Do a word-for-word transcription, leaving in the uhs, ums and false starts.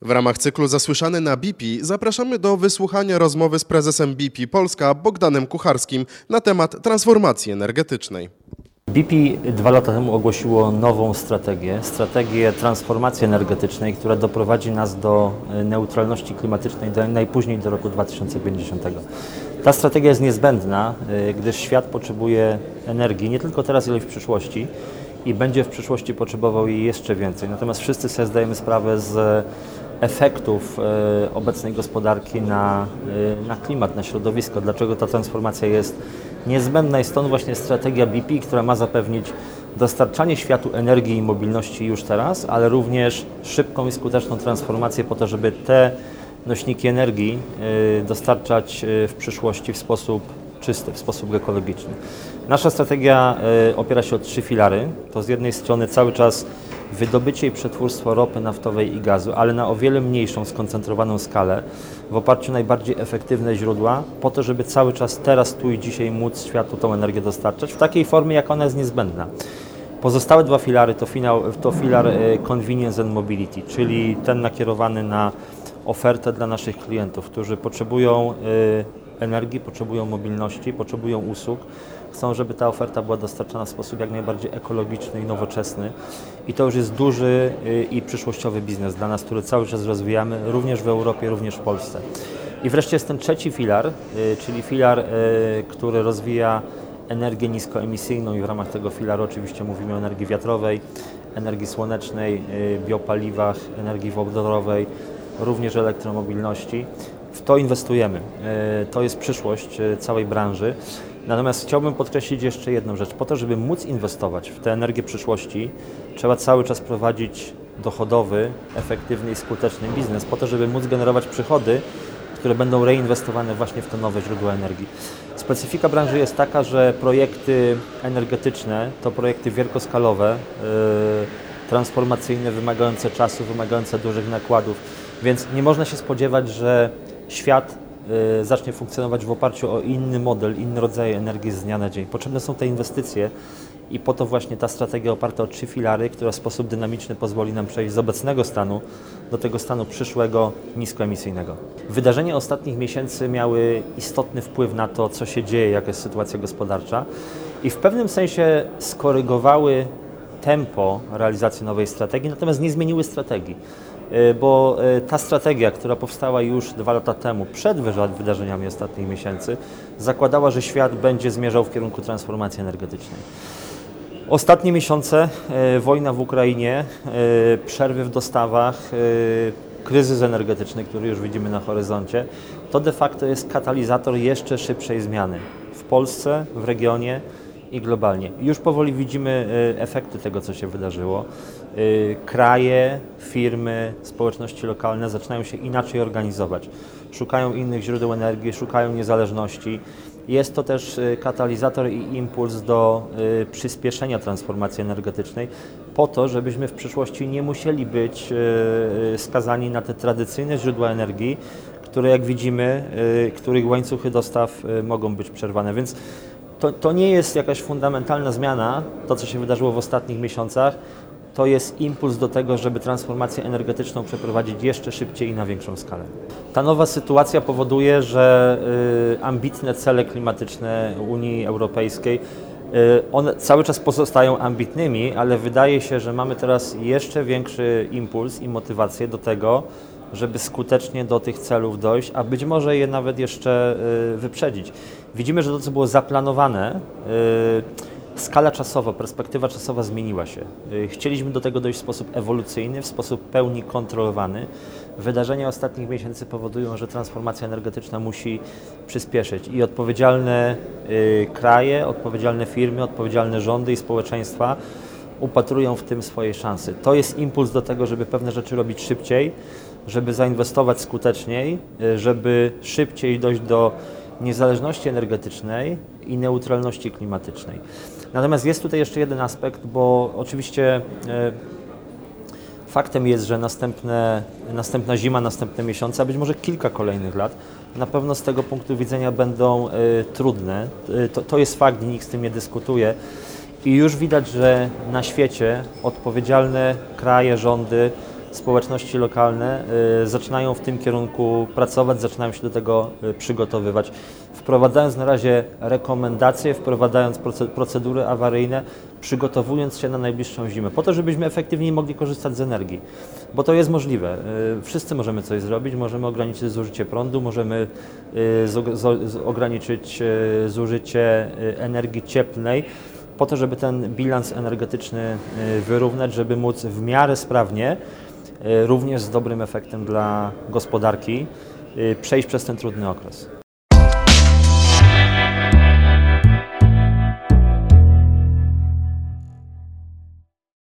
W ramach cyklu Zasłyszany na B P zapraszamy do wysłuchania rozmowy z prezesem B P Polska Bogdanem Kucharskim na temat transformacji energetycznej. B P dwa lata temu ogłosiło nową strategię, strategię transformacji energetycznej, która doprowadzi nas do neutralności klimatycznej do, najpóźniej do roku dwa tysiące pięćdziesiątego. Ta strategia jest niezbędna, gdyż świat potrzebuje energii nie tylko teraz, ale i w przyszłości i będzie w przyszłości potrzebował jej jeszcze więcej. Natomiast wszyscy sobie zdajemy sprawę z efektów obecnej gospodarki na, na klimat, na środowisko. Dlaczego ta transformacja jest niezbędna i stąd właśnie strategia B P, która ma zapewnić dostarczanie światu energii i mobilności już teraz, ale również szybką i skuteczną transformację po to, żeby te nośniki energii dostarczać w przyszłości w sposób czysty, w sposób ekologiczny. Nasza strategia opiera się o trzy filary. To z jednej strony cały czas wydobycie i przetwórstwo ropy naftowej i gazu, ale na o wiele mniejszą, skoncentrowaną skalę, w oparciu o najbardziej efektywne źródła, po to, żeby cały czas teraz, tu i dzisiaj móc światu tą energię dostarczać w takiej formie, jak ona jest niezbędna. Pozostałe dwa filary to, finał, to filar Convenience and Mobility, czyli ten nakierowany na ofertę dla naszych klientów, którzy potrzebują energii, potrzebują mobilności, potrzebują usług. Chcą, żeby ta oferta była dostarczana w sposób jak najbardziej ekologiczny i nowoczesny. I to już jest duży i przyszłościowy biznes dla nas, który cały czas rozwijamy, również w Europie, również w Polsce. I wreszcie jest ten trzeci filar, czyli filar, który rozwija energię niskoemisyjną i w ramach tego filaru oczywiście mówimy o energii wiatrowej, energii słonecznej, biopaliwach, energii wodorowej, również elektromobilności. W to inwestujemy. To jest przyszłość całej branży. Natomiast chciałbym podkreślić jeszcze jedną rzecz. Po to, żeby móc inwestować w tę energię przyszłości, trzeba cały czas prowadzić dochodowy, efektywny i skuteczny biznes, po to, żeby móc generować przychody, które będą reinwestowane właśnie w te nowe źródła energii. Specyfika branży jest taka, że projekty energetyczne to projekty wielkoskalowe, yy, transformacyjne, wymagające czasu, wymagające dużych nakładów, więc nie można się spodziewać, że świat y, zacznie funkcjonować w oparciu o inny model, inny rodzaj energii z dnia na dzień. Potrzebne są te inwestycje i po to właśnie ta strategia oparta o trzy filary, która w sposób dynamiczny pozwoli nam przejść z obecnego stanu do tego stanu przyszłego, niskoemisyjnego. Wydarzenia ostatnich miesięcy miały istotny wpływ na to, co się dzieje, jaka jest sytuacja gospodarcza i w pewnym sensie skorygowały tempo realizacji nowej strategii, natomiast nie zmieniły strategii. Bo ta strategia, która powstała już dwa lata temu, przed wydarzeniami ostatnich miesięcy, zakładała, że świat będzie zmierzał w kierunku transformacji energetycznej. Ostatnie miesiące, wojna w Ukrainie, przerwy w dostawach, kryzys energetyczny, który już widzimy na horyzoncie, to de facto jest katalizator jeszcze szybszej zmiany w Polsce, w regionie i globalnie. Już powoli widzimy efekty tego, co się wydarzyło. Kraje, firmy, społeczności lokalne zaczynają się inaczej organizować. Szukają innych źródeł energii, szukają niezależności. Jest to też katalizator i impuls do przyspieszenia transformacji energetycznej po to, żebyśmy w przyszłości nie musieli być skazani na te tradycyjne źródła energii, które jak widzimy, których łańcuchy dostaw mogą być przerwane. Więc To, to nie jest jakaś fundamentalna zmiana, to co się wydarzyło w ostatnich miesiącach, to jest impuls do tego, żeby transformację energetyczną przeprowadzić jeszcze szybciej i na większą skalę. Ta nowa sytuacja powoduje, że y, ambitne cele klimatyczne Unii Europejskiej, y, one cały czas pozostają ambitnymi, ale wydaje się, że mamy teraz jeszcze większy impuls i motywację do tego, żeby skutecznie do tych celów dojść, a być może je nawet jeszcze y, wyprzedzić. Widzimy, że to, co było zaplanowane, y, skala czasowa, perspektywa czasowa zmieniła się. Y, chcieliśmy do tego dojść w sposób ewolucyjny, w sposób pełni kontrolowany. Wydarzenia ostatnich miesięcy powodują, że transformacja energetyczna musi przyspieszyć i odpowiedzialne y, kraje, odpowiedzialne firmy, odpowiedzialne rządy i społeczeństwa upatrują w tym swojej szansy. To jest impuls do tego, żeby pewne rzeczy robić szybciej, żeby zainwestować skuteczniej, żeby szybciej dojść do niezależności energetycznej i neutralności klimatycznej. Natomiast jest tutaj jeszcze jeden aspekt, bo oczywiście e, faktem jest, że następne, następna zima, następne miesiące, a być może kilka kolejnych lat, na pewno z tego punktu widzenia będą e, trudne. E, to, to jest fakt, nikt z tym nie dyskutuje. I już widać, że na świecie odpowiedzialne kraje, rządy społeczności lokalne y, zaczynają w tym kierunku pracować, zaczynają się do tego y, przygotowywać, wprowadzając na razie rekomendacje, wprowadzając proce- procedury awaryjne, przygotowując się na najbliższą zimę, po to, żebyśmy efektywniej mogli korzystać z energii, bo to jest możliwe. Y, Wszyscy możemy coś zrobić, możemy ograniczyć zużycie prądu, możemy y, z- z- z- ograniczyć y, zużycie y, energii cieplnej, po to, żeby ten bilans energetyczny y, wyrównać, żeby móc w miarę sprawnie, y, również z dobrym efektem dla gospodarki, y, przejść przez ten trudny okres.